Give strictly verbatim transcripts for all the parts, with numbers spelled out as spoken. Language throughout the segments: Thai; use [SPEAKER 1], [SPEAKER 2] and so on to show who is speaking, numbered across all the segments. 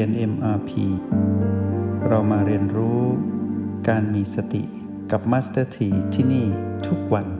[SPEAKER 1] น เอ็ม อาร์ พี เรามาเรียนรู้การมีสติกับ Master T ที่ที่นี่ทุกวัน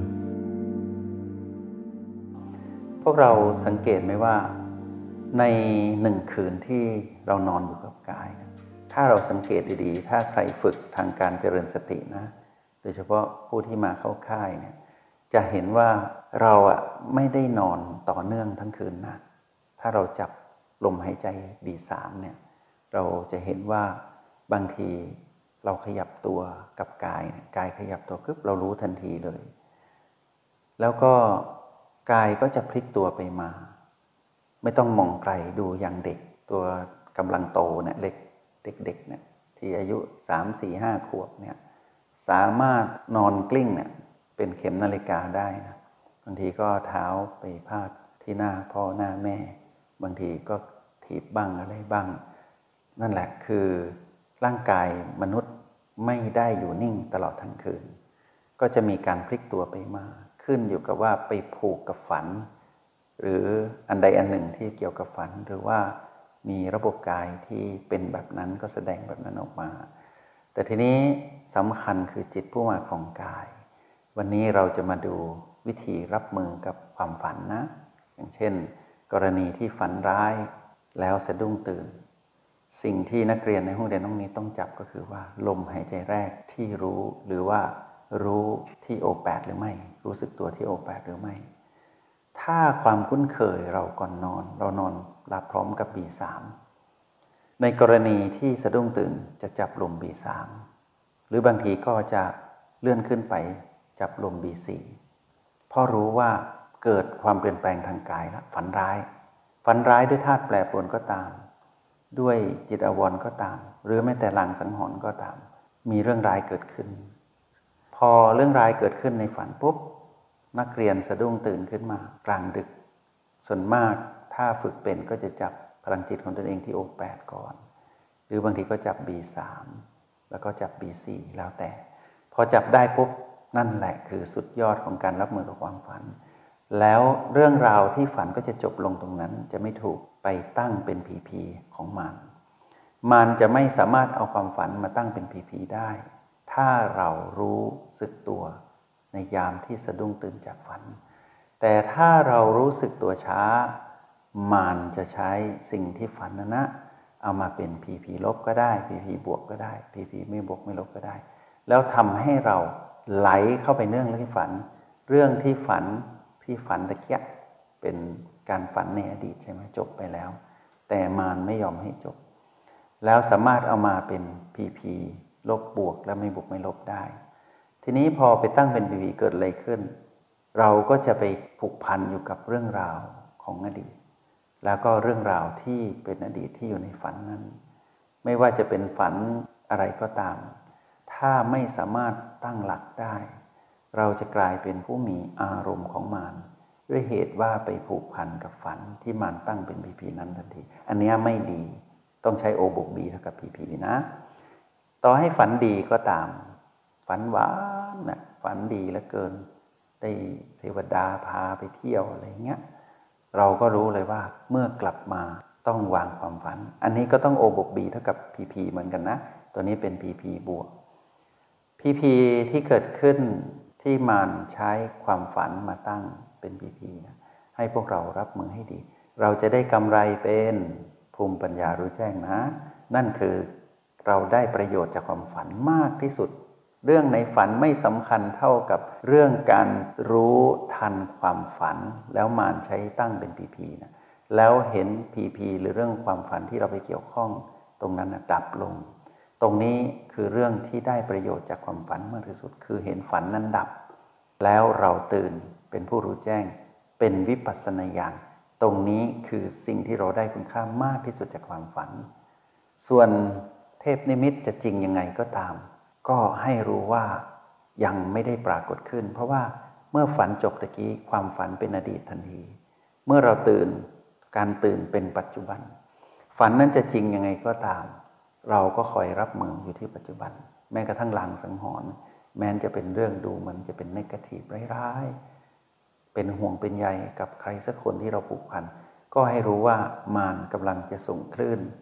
[SPEAKER 1] พวกเราสังเกตไหมว่าในหนึ่งคืนที่เรานอนอยู่กับกายถ้าเราสังเกตดีๆถ้าใครฝึกทางการเจริญสตินะโดยเฉพาะผู้ที่มาเข้าค่ายเนี่ยจะเห็นว่าเราอะไม่ได้นอนต่อเนื่องทั้งคืนนะถ้าเราจับลมหายใจ บี สาม เนี่ยเราจะเห็นว่าบางทีเราขยับตัวกับกายกายขยับตัวปุ๊บเรารู้ทันทีเลยแล้วก็กายก็จะพลิกตัวไปมาไม่ต้องมองไกลดูอย่างเด็กตัวกำลังโตเนี่ยเล็กเด็กๆเนี่ยที่อายุสาม สี่ ห้าขวบเนี่ยสามารถนอนกลิ้งเนี่ยเป็นเข็มนาฬิกาได้นะบางทีก็เท้าไปพาดที่หน้าพ่อหน้าแม่บางทีก็ถีบบ้างอะไรบ้างนั่นแหละคือร่างกายมนุษย์ไม่ได้อยู่นิ่งตลอดทั้งคืนก็จะมีการพลิกตัวไปมาขึ้นอยู่กับว่าไปผูกกับฝันหรืออันใดอันหนึ่งที่เกี่ยวกับฝันหรือว่ามีระบบกายที่เป็นแบบนั้นก็แสดงแบบนั้นออกมาแต่ทีนี้สำคัญคือจิตผู้มาของกายวันนี้เราจะมาดูวิธีรับมือกับความฝันนะอย่างเช่นกรณีที่ฝันร้ายแล้วสะดุ้งตื่นสิ่งที่นักเรียนในห้องเรียนห้องนี้ต้องจับก็คือว่าลมหายใจแรกที่รู้หรือว่ารู้ที่โอแปดหรือไม่รู้สึกตัวที่โอแปดหรือไม่ถ้าความคุ้นเคยเราก่อนนอนเรานอนหลับพร้อมกับ บี สาม ในกรณีที่สะดุ้งตื่นจะจับลม บี สาม หรือบางทีก็จะเลื่อนขึ้นไปจับลม บี สี่ เพราะรู้ว่าเกิดความเปลี่ยนแปลงทางกายแล้วฝันร้ายฝันร้ายด้วยธาตุแปรปรวนก็ตามด้วยจิตอาวรณ์ก็ตามหรือแม้แต่ลางสังหรณ์ก็ตามมีเรื่องร้ายเกิดขึ้นพอเรื่องร้ายเกิดขึ้นในฝันปุ๊บนักเรียนสะดุ้งตื่นขึ้นมากลางดึกส่วนมากถ้าฝึกเป็นก็จะจับพลังจิตของตนเองที่โอแปดก่อนหรือบางทีก็จับ บี สาม แล้วก็จับ บี สี่ แล้วแต่พอจับได้ปุ๊บนั่นแหละคือสุดยอดของการรับมือกับความฝันแล้วเรื่องราวที่ฝันก็จะจบลงตรงนั้นจะไม่ถูกไปตั้งเป็นผีผีของมารมารจะไม่สามารถเอาความฝันมาตั้งเป็นผีผีได้ถ้าเรารู้สึกตัวในยามที่สะดุ้งตื่นจากฝันแต่ถ้าเรารู้สึกตัวช้ามารจะใช้สิ่งที่ฝันนั้นนะเอามาเป็นผีผีลบก็ได้ผีผีบวกก็ได้ผีผีไม่บวกไม่ลบก็ได้แล้วทำให้เราไหลเข้าไปเรื่องที่ฝันเรื่องที่ฝันที่ฝันตะเกียเป็นการฝันในอดีตใช่ไหมจบไปแล้วแต่มารไม่ยอมให้จบแล้วสามารถเอามาเป็นพีพีลบบวกและไม่บวกไม่ลบได้ทีนี้พอไปตั้งเป็นพีพีเกิดอะไรขึ้นเราก็จะไปผูกพันอยู่กับเรื่องราวของอดีตแล้วก็เรื่องราวที่เป็นอดีตที่อยู่ในฝันนั้นไม่ว่าจะเป็นฝันอะไรก็ตามถ้าไม่สามารถตั้งหลักได้เราจะกลายเป็นผู้มีอารมณ์ของมารด้วยเหตุว่าไปผูกพันกับฝันที่มารตั้งเป็นพีพีนั้นทันทีอันนี้ไม่ดีต้องใช้ O บวก B เท่ากับ พี พี นะต่อให้ฝันดีก็ตามฝันหวานนะฝันดีเหลือเกินได้เทวดาพาไปเที่ยวอะไรเงี้ยเราก็รู้เลยว่าเมื่อกลับมาต้องวางความฝันอันนี้ก็ต้อง O บวก B เท่ากับ พี พี เหมือนกันนะตัวนี้เป็น พี พี บวก พี พี ที่เกิดขึ้นที่มารใช้ความฝันมาตั้งเป็น พี พี นะให้พวกเรารับมือให้ดีเราจะได้กำไรเป็นภูมิปัญญารู้แจ้งนะนั่นคือเราได้ประโยชน์จากความฝันมากที่สุดเรื่องในฝันไม่สำคัญเท่ากับเรื่องการรู้ทันความฝันแล้วมารใช้ตั้งเป็น พี พี นะแล้วเห็น พี พี หรือเรื่องความฝันที่เราไปเกี่ยวข้องตรงนั้นนะดับลงตรงนี้คือเรื่องที่ได้ประโยชน์จากความฝันมากที่สุดคือเห็นฝันนั้นดับแล้วเราตื่นเป็นผู้รู้แจ้งเป็นวิปัสสนาญาณตรงนี้คือสิ่งที่เราได้คุณค่ามากที่สุดจากความฝันส่วนเทพนิมิตจะจริงยังไงก็ตามก็ให้รู้ว่ายังไม่ได้ปรากฏขึ้นเพราะว่าเมื่อฝันจบตะกี้ความฝันเป็นอดีตทันทีเมื่อเราตื่นการตื่นเป็นปัจจุบันฝันนั้นจะจริงยังไงก็ตามเราก็คอยรับมืออยู่ที่ปัจจุบันแม้กระทั่งลางสังหรณ์แม้จะเป็นเรื่องดูมันจะเป็นเนกาทีฟร้ายๆเป็นห่วงเป็นใยกับใครสักคนที่เราผูกพันก็ให้รู้ว่ามารกำลังจะส่งคลื่น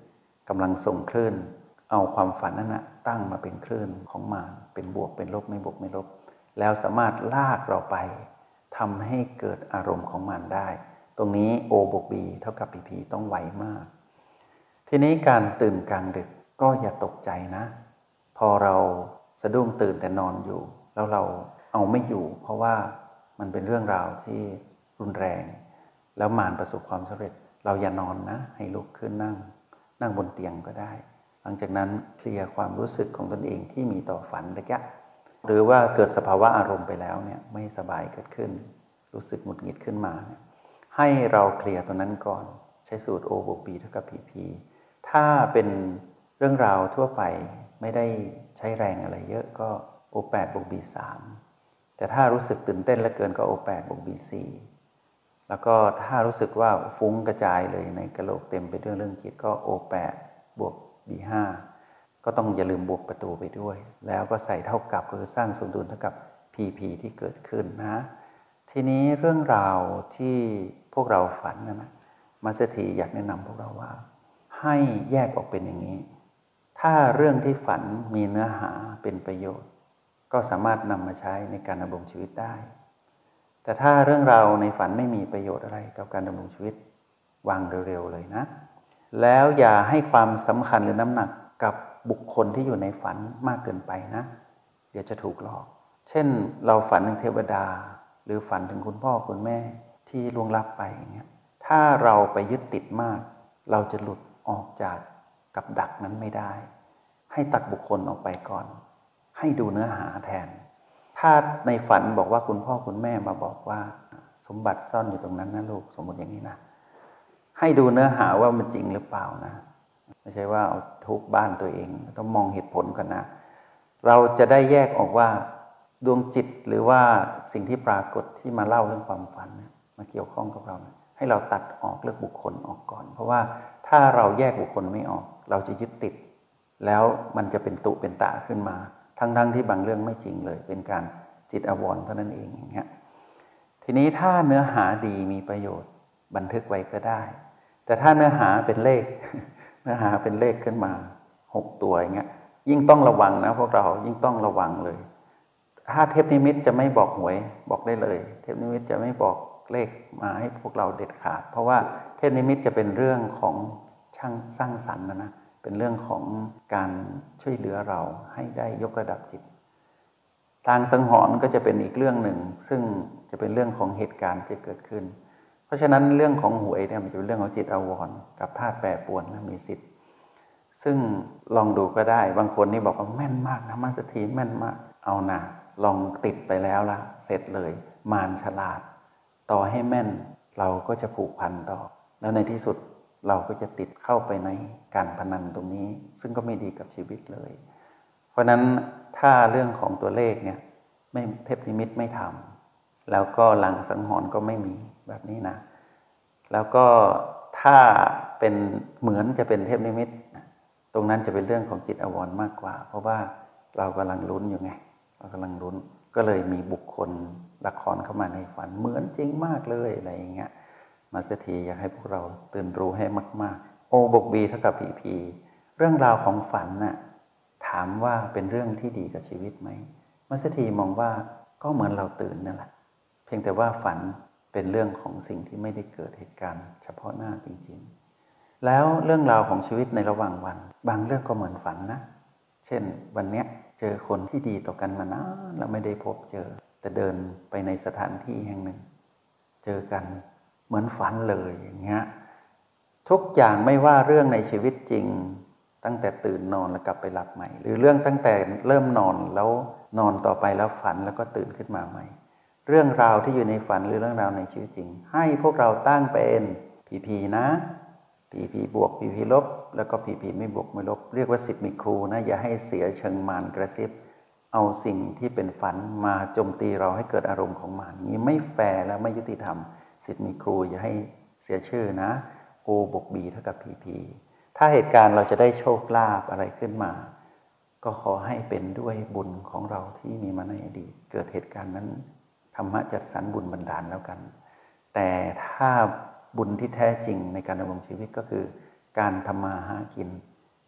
[SPEAKER 1] กำลังส่งคลื่นเอาความฝันนั้นนะตั้งมาเป็นคลื่นของมารเป็นบวกเป็นลบไม่บวกไม่ลบแล้วสามารถลากเราไปทำให้เกิดอารมณ์ของมารได้ตรงนี้ O บวก B เท่ากับ พี พี ต้องไวมากทีนี้การตื่นกลางดึกก็อย่าตกใจนะพอเราสะดุ้งตื่นแต่นอนอยู่แล้วเราเอาไม่อยู่เพราะว่ามันเป็นเรื่องราวที่รุนแรงแล้วมารประสบความสำเร็จเราอย่านอนนะให้ลุกขึ้นนั่งนั่งบนเตียงก็ได้หลังจากนั้นเคลียร์ความรู้สึกของตนเองที่มีต่อฝันตะกี้หรือว่าเกิดสภาวะอารมณ์ไปแล้วเนี่ยไม่สบายเกิดขึ้นรู้สึกหงุดหงิดขึ้นมาเนี่ยให้เราเคลียร์ตัวนั้นก่อนใช้สูตร O บวก B เท่ากับ พี พี ถ้าเป็นเรื่องราวทั่วไปไม่ได้ใช้แรงอะไรเยอะก็ โอ แปด บวก บี สาม แต่ถ้ารู้สึกตื่นเต้นเหลือเกินก็ โอ แปด บวก บี สี่ แล้วก็ถ้ารู้สึกว่าฟุ้งกระจายเลยในกะโหลกเต็มไปด้วยเรื่องคิดก็ โอ แปด บวก บี ห้า ก็ต้องอย่าลืมบวกประตูไปด้วยแล้วก็ใส่เท่ากับก็คือสร้างสมดุลเท่ากับ พี พี ที่เกิดขึ้นนะทีนี้เรื่องราวที่พวกเราฝันนะนะมาสเตอร์ทีอยากแนะนำพวกเราว่าให้แยกออกเป็นอย่างนี้ถ้าเรื่องที่ฝันมีเนื้อหาเป็นประโยชน์ก็สามารถนำมาใช้ในการดำรงชีวิตได้แต่ถ้าเรื่องราวในฝันไม่มีประโยชน์อะไรกับการดำรงชีวิตวางเร็วๆเลยนะแล้วอย่าให้ความสำคัญหรือน้ำหนักกับบุคคลที่อยู่ในฝันมากเกินไปนะเดี๋ยวจะถูกหลอกเช่นเราฝันถึงเทวดาหรือฝันถึงคุณพ่อคุณแม่ที่ล่วงลับไปอย่างเงี้ยถ้าเราไปยึดติดมากเราจะหลุดออกจากกับดักนั้นไม่ได้ให้ตัดบุคคลออกไปก่อนให้ดูเนื้อหาแทนถ้าในฝันบอกว่าคุณพ่อคุณแม่มาบอกว่าสมบัติซ่อนอยู่ตรงนั้นนะลูกสมมติอย่างนี้นะให้ดูเนื้อหาว่ามันจริงหรือเปล่านะไม่ใช่ว่าเอาทุบบ้านตัวเองต้องมองเหตุผลกันนะเราจะได้แยกออกว่าดวงจิตหรือว่าสิ่งที่ปรากฏที่มาเล่าเรื่องความฝันมาเกี่ยวข้องกับเราให้เราตัดออกเลือกบุคคลออกก่อนเพราะว่าถ้าเราแยกบุคคลไม่ออกเราจะยึดติดแล้วมันจะเป็นตุเป็นตะขึ้นมาทั้งๆที่บางเรื่องไม่จริงเลยเป็นการจิตอาวรณ์เท่านั้นเองอย่างเงี้ยทีนี้ถ้าเนื้อหาดีมีประโยชน์บันทึกไว้ก็ได้แต่ถ้าเนื้อหาเป็นเลข เนื้อหาเป็นเลขขึ้นมาหกตัวอย่างเงี้ยยิ่งต้องระวังนะพวกเรายิ่งต้องระวังเลยถ้าเทพนิมิตจะไม่บอกหวยบอกได้เลยเทพนิมิตจะไม่บอกเลขมาให้พวกเราเด็ดขาดเพราะว่าเทพนิมิตจะเป็นเรื่องของช่างสร้างสรรค์นะนะเป็นเรื่องของการช่วยเหลือเราให้ได้ยกระดับจิตทางสังหรณ์ก็จะเป็นอีกเรื่องหนึ่งซึ่งจะเป็นเรื่องของเหตุการณ์ที่เกิดขึ้นเพราะฉะนั้นเรื่องของหวยเนี่ยมันจะเป็นเรื่องของจิตอาวรณ์กับธาตุแปรปรวนและมีสิทธิ์ซึ่งลองดูก็ได้บางคนนี่บอกว่าแม่นมากนะมาสถีแม่นมากเอานะลองติดไปแล้วละเสร็จเลยมารฉลาดต่อให้แม่นเราก็จะผูกพันต่อแล้วในที่สุดเราก็จะติดเข้าไปในการพนันตรงนี้ซึ่งก็ไม่ดีกับชีวิตเลยเพราะนั้นถ้าเรื่องของตัวเลขเนี่ยไม่เทพนิมิตไม่ทำแล้วก็หลังสังหรณ์ก็ไม่มีแบบนี้นะแล้วก็ถ้าเป็นเหมือนจะเป็นเทพนิมิตตรงนั้นจะเป็นเรื่องของจิตอาวรณ์มากกว่าเพราะว่าเรากำลังลุ้นอยู่ไงเรากำลังลุ้นก็เลยมีบุคคลละครเข้ามาในฝันเหมือนจริงมากเลยอะไรอย่างเงี้ยมาสเตอร์ทีอยากให้พวกเราตื่นรู้ให้มากๆ O บวก B เท่ากับ พี พี เรื่องราวของฝันน่ะถามว่าเป็นเรื่องที่ดีกับชีวิตไหมมาสเตอร์ทีมองว่าก็เหมือนเราตื่นนั่นแหละเพียงแต่ว่าฝันเป็นเรื่องของสิ่งที่ไม่ได้เกิดเหตุการณ์เฉพาะหน้าจริงๆแล้วเรื่องราวของชีวิตในระหว่างวันบางเรื่องก็เหมือนฝันนะเช่นวันเนี้ยเจอคนที่ดีต่อกันมานานแล้วไม่ได้พบเจอแต่เดินไปในสถานที่แห่งหนึ่งเจอกันเหมือนฝันเลยอย่างเงี้ยทุกอย่างไม่ว่าเรื่องในชีวิตจริงตั้งแต่ตื่นนอนแล้วกลับไปหลับใหม่หรือเรื่องตั้งแต่เริ่มนอนแล้วนอนต่อไปแล้วฝันแล้วก็ตื่นขึ้นมาใหม่เรื่องราวที่อยู่ในฝันหรือเรื่องราวในชีวิตจริงให้พวกเราตั้งเป็น พี พี นะ พี พี บวก พี พี ลบแล้วก็ พี พี ไม่บวกไม่ลบเรียกว่าศิษย์มีครูนะอย่าให้เสียเชิงมารกระซิบเอาสิ่งที่เป็นฝันมาโจมตีเราให้เกิดอารมณ์ของมารนี้ไม่แฟร์และไม่ยุติธรรมศิษย์มีครูอย่าให้เสียชื่อนะ O บวก B เท่ากับ พี พี ถ้าเหตุการณ์เราจะได้โชคลาภอะไรขึ้นมาก็ขอให้เป็นด้วยบุญของเราที่มีมาในอดีตเกิดเหตุการณ์นั้นธรรมะจัดสรรบุญบันดาลแล้วกันแต่ถ้าบุญที่แท้จริงในการดำรงชีวิตก็คือการทำมาหากิน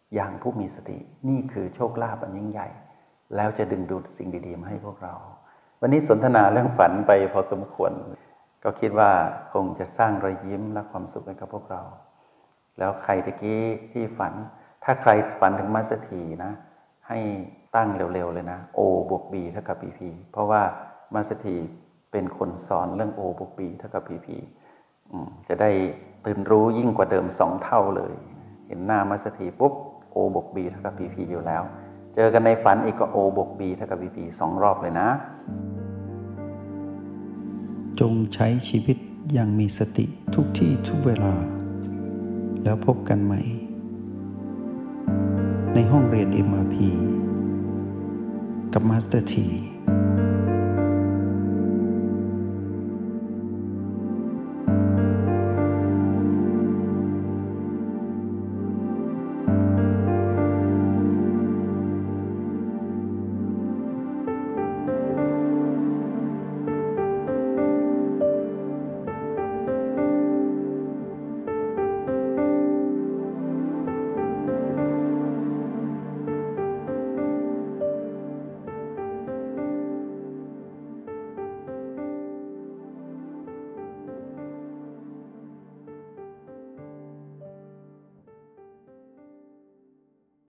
[SPEAKER 1] อย่างผู้มีสตินี่คือโชคลาภอันยิ่งใหญ่แล้วจะดึงดูดสิ่งดีๆมาให้พวกเราวันนี้สนทนาเรื่องฝันไปพอสมควรก็คิดว่าคงจะสร้างรอยยิ้มและความสุขให้กับพวกเราแล้วใครตะกี้ที่ฝันถ้าใครฝันถึงมาสถีนะให้ตั้งเร็วๆเลยนะ O บวก B เท่ากับ พี พี เพราะว่ามาสถีเป็นคนสอนเรื่อง O บวก B เท่ากับ พี พี จะได้ตื่นรู้ยิ่งกว่าเดิมสองเท่าเลยเห็นหน้ามาสถีปุ๊บ O บวก B เท่ากับ พี พี อยู่แล้วเจอกันในฝันอีกก็ O บวก B เท่ากับ พี พี สองรอบเลยนะ
[SPEAKER 2] จงใช้ชีวิตอย่างมีสติทุกที่ทุกเวลาแล้วพบกันใหม่ในห้องเรียน เอ็ม อาร์ พี กับมาสเตอร์ที